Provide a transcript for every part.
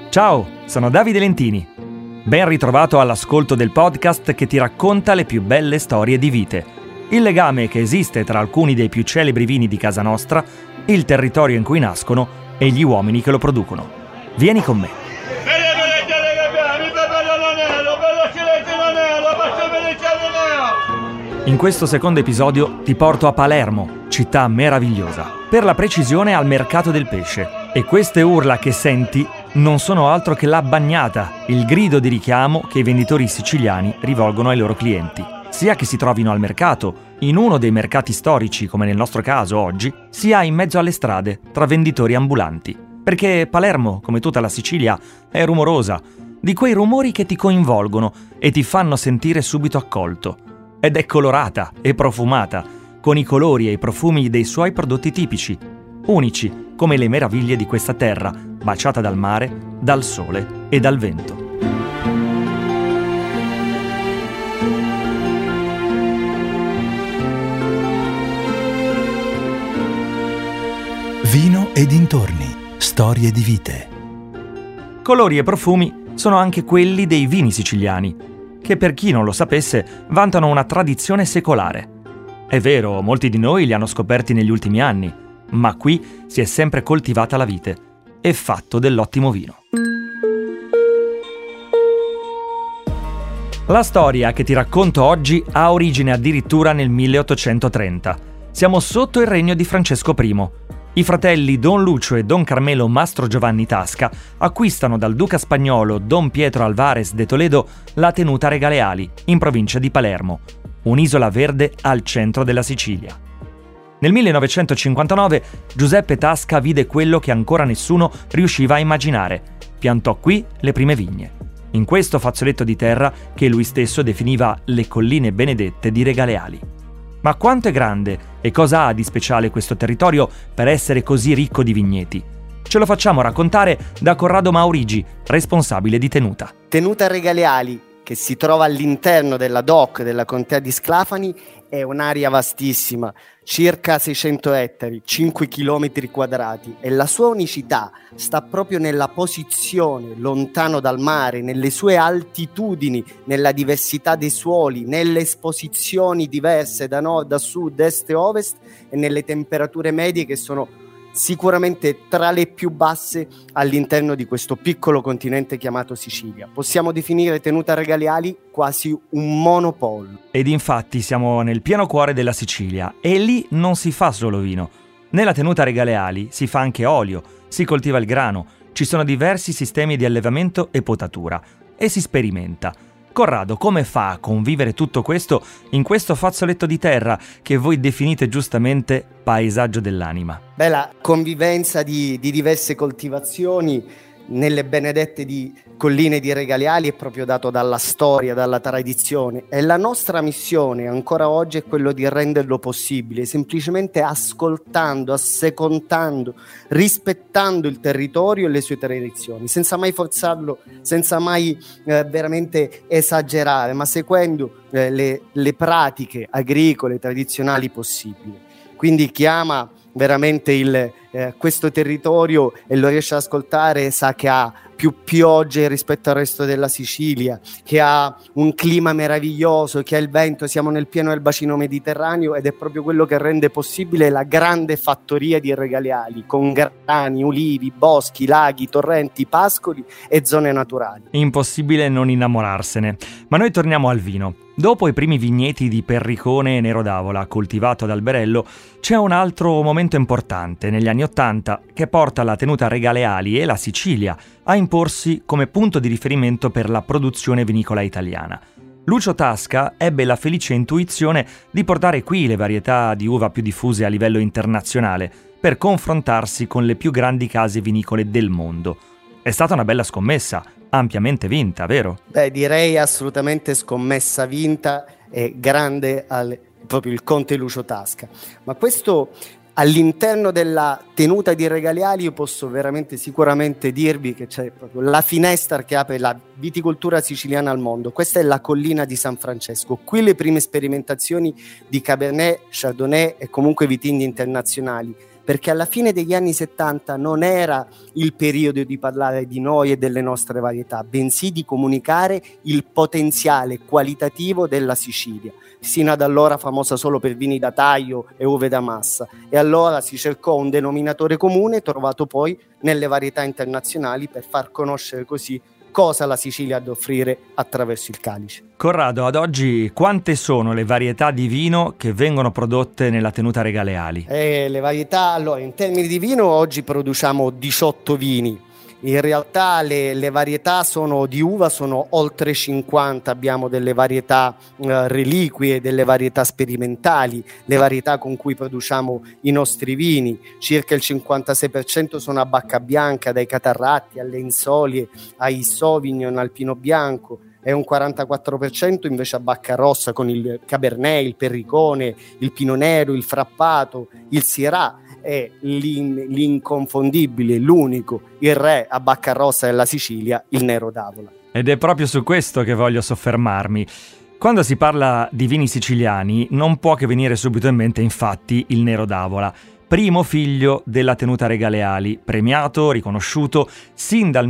Ciao, sono Davide Lentini. Ben ritrovato all'ascolto del podcast che ti racconta le più belle storie di vite. Il legame che esiste tra alcuni dei più celebri vini di casa nostra, il territorio in cui nascono e gli uomini che lo producono. Vieni con me. In questo secondo episodio ti porto a Palermo, città meravigliosa. Per la precisione al mercato del pesce. E queste urla che senti non sono altro che la bagnata, il grido di richiamo che i venditori siciliani rivolgono ai loro clienti. Sia che si trovino al mercato, in uno dei mercati storici come nel nostro caso oggi, sia in mezzo alle strade, tra venditori ambulanti. Perché Palermo, come tutta la Sicilia, è rumorosa, di quei rumori che ti coinvolgono e ti fanno sentire subito accolto. Ed è colorata e profumata, con i colori e i profumi dei suoi prodotti tipici, unici come le meraviglie di questa terra, baciata dal mare, dal sole e dal vento. Vino e dintorni, storie di vite. Colori e profumi sono anche quelli dei vini siciliani, che per chi non lo sapesse vantano una tradizione secolare. È vero, molti di noi li hanno scoperti negli ultimi anni, ma qui si è sempre coltivata la vite e fatto dell'ottimo vino. La storia che ti racconto oggi ha origine addirittura nel 1830. Siamo sotto il regno di Francesco I. I fratelli Don Lucio e Don Carmelo Mastro Giovanni Tasca acquistano dal duca spagnolo Don Pietro Alvarez de Toledo la tenuta Regaleali, in provincia di Palermo, un'isola verde al centro della Sicilia. Nel 1959 Giuseppe Tasca vide quello che ancora nessuno riusciva a immaginare. Piantò qui le prime vigne, in questo fazzoletto di terra che lui stesso definiva le colline benedette di Regaleali. Ma quanto è grande e cosa ha di speciale questo territorio per essere così ricco di vigneti? Ce lo facciamo raccontare da Corrado Maurigi, responsabile di Tenuta. Tenuta Regaleali, che si trova all'interno della DOC della contea di Sclafani, è un'area vastissima, circa 600 ettari, 5 chilometri quadrati, e la sua unicità sta proprio nella posizione lontano dal mare, nelle sue altitudini, nella diversità dei suoli, nelle esposizioni diverse da nord, da sud, est e ovest, e nelle temperature medie che sono sicuramente tra le più basse all'interno di questo piccolo continente chiamato Sicilia. Possiamo definire Tenuta Regaleali quasi un monopolo. Ed infatti siamo nel pieno cuore della Sicilia e lì non si fa solo vino. Nella Tenuta Regaleali si fa anche olio, si coltiva il grano, ci sono diversi sistemi di allevamento e potatura e si sperimenta. Corrado, come fa a convivere tutto questo in questo fazzoletto di terra che voi definite giustamente paesaggio dell'anima? Beh, la convivenza di diverse coltivazioni nelle benedette colline di Regaleali è proprio dato dalla storia, dalla tradizione, e la nostra missione ancora oggi è quello di renderlo possibile, semplicemente ascoltando, assecondando, rispettando il territorio e le sue tradizioni, senza mai forzarlo, senza mai veramente esagerare, ma seguendo le pratiche agricole tradizionali possibili. Quindi chi ama veramente questo territorio e lo riesce ad ascoltare sa che ha più piogge rispetto al resto della Sicilia, che ha un clima meraviglioso, che ha il vento, siamo nel pieno del bacino mediterraneo, ed è proprio quello che rende possibile la grande fattoria di Regaleali, con grani, ulivi, boschi, laghi, torrenti, pascoli e zone naturali. Impossibile non innamorarsene. Ma noi torniamo al vino. Dopo i primi vigneti di Perricone e Nero d'Avola, coltivato ad Alberello, c'è un altro momento importante negli anni '80 che porta la Tenuta Regaleali e la Sicilia a imporsi come punto di riferimento per la produzione vinicola italiana. Lucio Tasca ebbe la felice intuizione di portare qui le varietà di uva più diffuse a livello internazionale per confrontarsi con le più grandi case vinicole del mondo. È stata una bella scommessa, ampiamente vinta, vero? Beh, direi assolutamente scommessa vinta e grande proprio il conte Lucio Tasca. Ma questo all'interno della tenuta di Regaleali io posso veramente sicuramente dirvi che c'è proprio la finestra che apre la viticoltura siciliana al mondo. Questa è la collina di San Francesco. Qui le prime sperimentazioni di Cabernet, Chardonnay e comunque vitigni internazionali perché alla fine degli anni 70 non era il periodo di parlare di noi e delle nostre varietà, bensì di comunicare il potenziale qualitativo della Sicilia, sino ad allora famosa solo per vini da taglio e uve da massa, e allora si cercò un denominatore comune trovato poi nelle varietà internazionali per far conoscere così cosa la Sicilia ha da offrire attraverso il calice. Corrado, ad oggi quante sono le varietà di vino che vengono prodotte nella tenuta Regale Ali? Le varietà, allora, in termini di vino oggi produciamo 18 vini. In realtà le varietà di uva sono oltre 50, abbiamo delle varietà reliquie, delle varietà sperimentali, le varietà con cui produciamo i nostri vini, circa il 56% sono a bacca bianca, dai catarratti alle insolie, ai sauvignon, al pino bianco, e un 44% invece a bacca rossa con il cabernet, il perricone, il pino nero, il frappato, il syrah. È l'inconfondibile, l'unico, il re a bacca rossa della Sicilia, il Nero d'Avola. Ed è proprio su questo che voglio soffermarmi. Quando si parla di vini siciliani non può che venire subito in mente infatti il Nero d'Avola, primo figlio della tenuta Regale Ali, premiato, riconosciuto, sin dal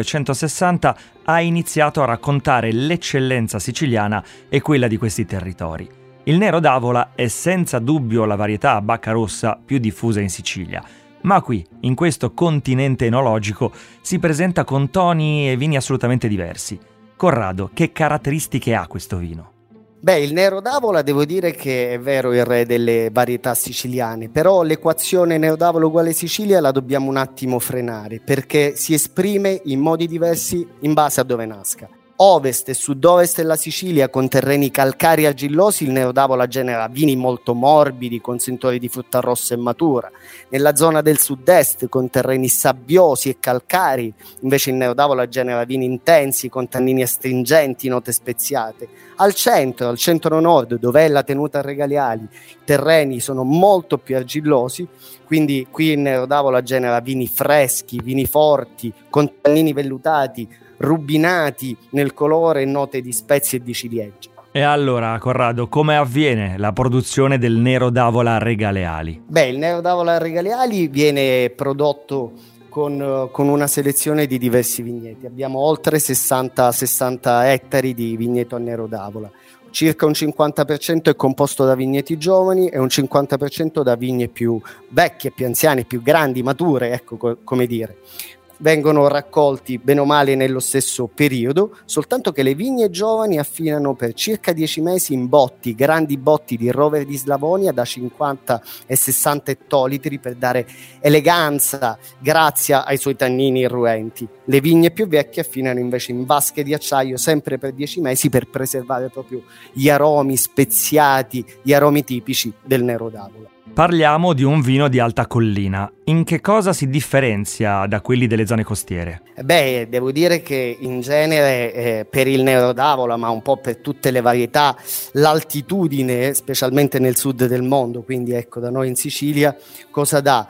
1960 ha iniziato a raccontare l'eccellenza siciliana e quella di questi territori. Il Nero d'Avola è senza dubbio la varietà a bacca rossa più diffusa in Sicilia, ma qui, in questo continente enologico, si presenta con toni e vini assolutamente diversi. Corrado, che caratteristiche ha questo vino? Il Nero d'Avola devo dire che è vero il re delle varietà siciliane, però l'equazione Nero d'Avola uguale Sicilia la dobbiamo un attimo frenare, perché si esprime in modi diversi in base a dove nasca. Ovest e sud-ovest della Sicilia, con terreni calcari e argillosi, il Nero d'Avola genera vini molto morbidi, con sentori di frutta rossa e matura. Nella zona del sud-est, con terreni sabbiosi e calcari, invece il Nero d'Avola genera vini intensi, con tannini astringenti, note speziate. Al centro-nord, dove è la tenuta Regale Ali, i terreni sono molto più argillosi, quindi qui il Nero d'Avola genera vini freschi, vini forti, con tannini vellutati, rubinati nel colore e note di spezie e di ciliegie. E allora, Corrado, come avviene la produzione del Nero d'Avola Regale Ali? Il Nero d'Avola Regale Ali viene prodotto con una selezione di diversi vigneti. Abbiamo oltre 60 ettari di vigneto a Nero d'Avola. Circa un 50% è composto da vigneti giovani e un 50% da vigne più vecchie, più anziane, più grandi, mature, ecco come dire. Vengono raccolti bene o male nello stesso periodo, soltanto che le vigne giovani affinano per circa 10 mesi in botti, grandi botti di Rover di Slavonia da 50 e 60 ettolitri per dare eleganza, grazia ai suoi tannini irruenti. Le vigne più vecchie affinano invece in vasche di acciaio sempre per 10 mesi per preservare proprio gli aromi speziati, gli aromi tipici del Nero d'Avola. Parliamo di un vino di alta collina. In che cosa si differenzia da quelli delle zone costiere? Devo dire che in genere per il Nero d'Avola, ma un po' per tutte le varietà, l'altitudine, specialmente nel sud del mondo, quindi ecco da noi in Sicilia, cosa dà?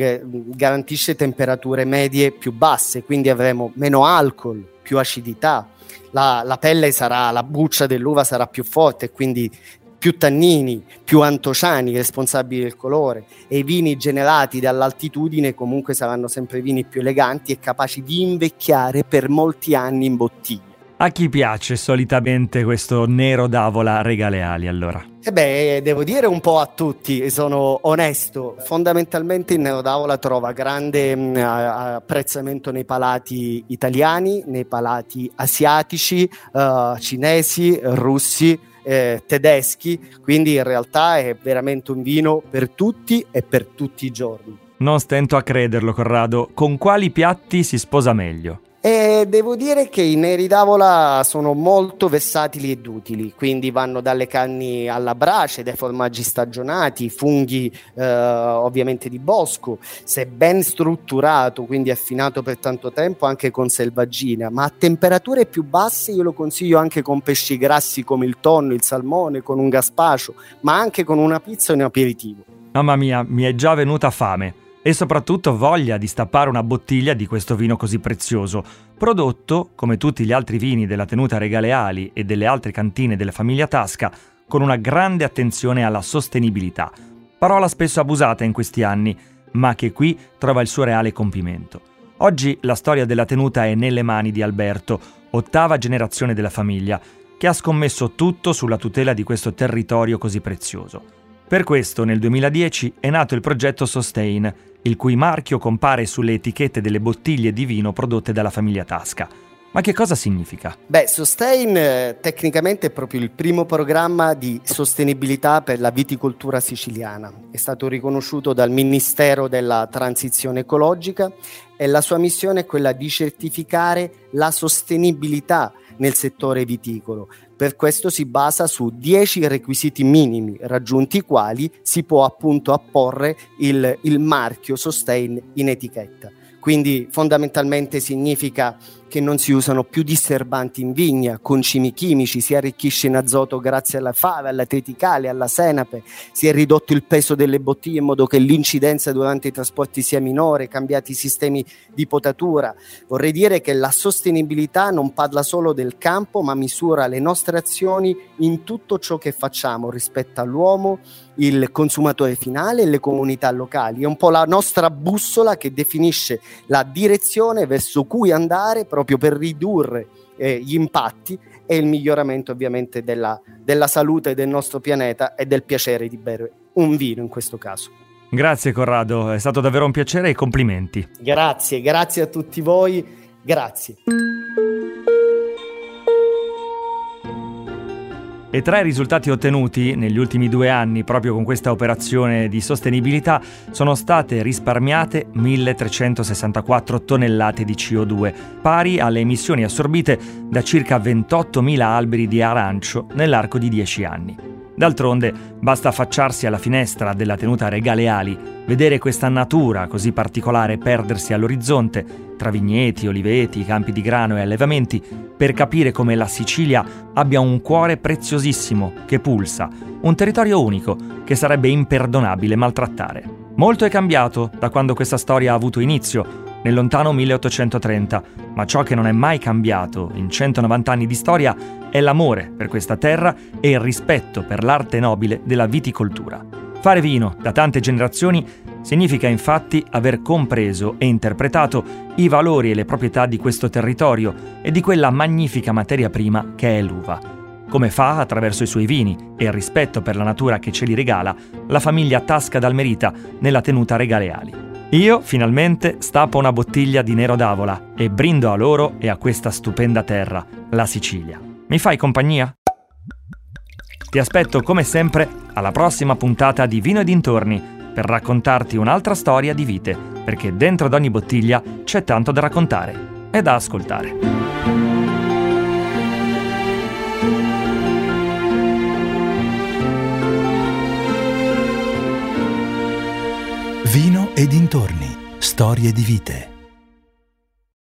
Garantisce temperature medie più basse, quindi avremo meno alcol, più acidità, la pelle la buccia dell'uva sarà più forte, quindi più tannini, più antociani responsabili del colore, e i vini generati dall'altitudine comunque saranno sempre vini più eleganti e capaci di invecchiare per molti anni in bottiglia. A chi piace solitamente questo Nero d'Avola Regale Ali allora? Devo dire un po' a tutti, sono onesto. Fondamentalmente il Nero d'Avola trova grande apprezzamento nei palati italiani, nei palati asiatici, cinesi, russi, tedeschi, quindi in realtà è veramente un vino per tutti e per tutti i giorni. Non stento a crederlo, Corrado. Con quali piatti si sposa meglio? Devo dire che i Neri d'Avola sono molto versatili ed utili, quindi vanno dalle carni alla brace, dai formaggi stagionati, funghi ovviamente di bosco, se ben strutturato, quindi affinato per tanto tempo, anche con selvaggina, ma a temperature più basse io lo consiglio anche con pesci grassi come il tonno, il salmone, con un gazpacho, ma anche con una pizza e un aperitivo. Mamma mia, mi è già venuta fame. E soprattutto voglia di stappare una bottiglia di questo vino così prezioso, prodotto, come tutti gli altri vini della tenuta Regale Ali e delle altre cantine della famiglia Tasca, con una grande attenzione alla sostenibilità. Parola spesso abusata in questi anni, ma che qui trova il suo reale compimento. Oggi la storia della tenuta è nelle mani di Alberto, 8ª generazione della famiglia, che ha scommesso tutto sulla tutela di questo territorio così prezioso. Per questo nel 2010 è nato il progetto Sustain, il cui marchio compare sulle etichette delle bottiglie di vino prodotte dalla famiglia Tasca. Ma che cosa significa? Sustain tecnicamente è proprio il primo programma di sostenibilità per la viticoltura siciliana. È stato riconosciuto dal Ministero della Transizione Ecologica e la sua missione è quella di certificare la sostenibilità nel settore viticolo. Per questo si basa su 10 requisiti minimi, raggiunti i quali si può appunto apporre il marchio Sustain in etichetta. Quindi fondamentalmente significa che non si usano più disturbanti in vigna, concimi chimici, si arricchisce in azoto grazie alla fave, alla triticale, alla senape, si è ridotto il peso delle bottiglie in modo che l'incidenza durante i trasporti sia minore, cambiati i sistemi di potatura. Vorrei dire che la sostenibilità non parla solo del campo, ma misura le nostre azioni in tutto ciò che facciamo rispetto all'uomo, il consumatore finale e le comunità locali. È un po' la nostra bussola che definisce la direzione verso cui andare proprio per ridurre gli impatti e il miglioramento ovviamente della salute del nostro pianeta e del piacere di bere un vino in questo caso. Grazie Corrado, è stato davvero un piacere e complimenti. Grazie a tutti voi, grazie. E tra i risultati ottenuti negli ultimi 2 anni proprio con questa operazione di sostenibilità sono state risparmiate 1.364 tonnellate di CO2, pari alle emissioni assorbite da circa 28.000 alberi di arancio nell'arco di 10 anni. D'altronde basta affacciarsi alla finestra della tenuta Regale Ali, vedere questa natura così particolare perdersi all'orizzonte, tra vigneti, oliveti, campi di grano e allevamenti, per capire come la Sicilia abbia un cuore preziosissimo che pulsa, un territorio unico che sarebbe imperdonabile maltrattare. Molto è cambiato da quando questa storia ha avuto inizio, nel lontano 1830, ma ciò che non è mai cambiato in 190 anni di storia è l'amore per questa terra e il rispetto per l'arte nobile della viticoltura. Fare vino da tante generazioni significa infatti aver compreso e interpretato i valori e le proprietà di questo territorio e di quella magnifica materia prima che è l'uva. Come fa, attraverso i suoi vini e il rispetto per la natura che ce li regala, la famiglia Tasca d'Almerita nella tenuta Regale Ali. Io, finalmente, stappo una bottiglia di Nero d'Avola e brindo a loro e a questa stupenda terra, la Sicilia. Mi fai compagnia? Ti aspetto, come sempre, alla prossima puntata di Vino e Dintorni per raccontarti un'altra storia di vite, perché dentro ad ogni bottiglia c'è tanto da raccontare e da ascoltare. Vino e Dintorni, storie di vite.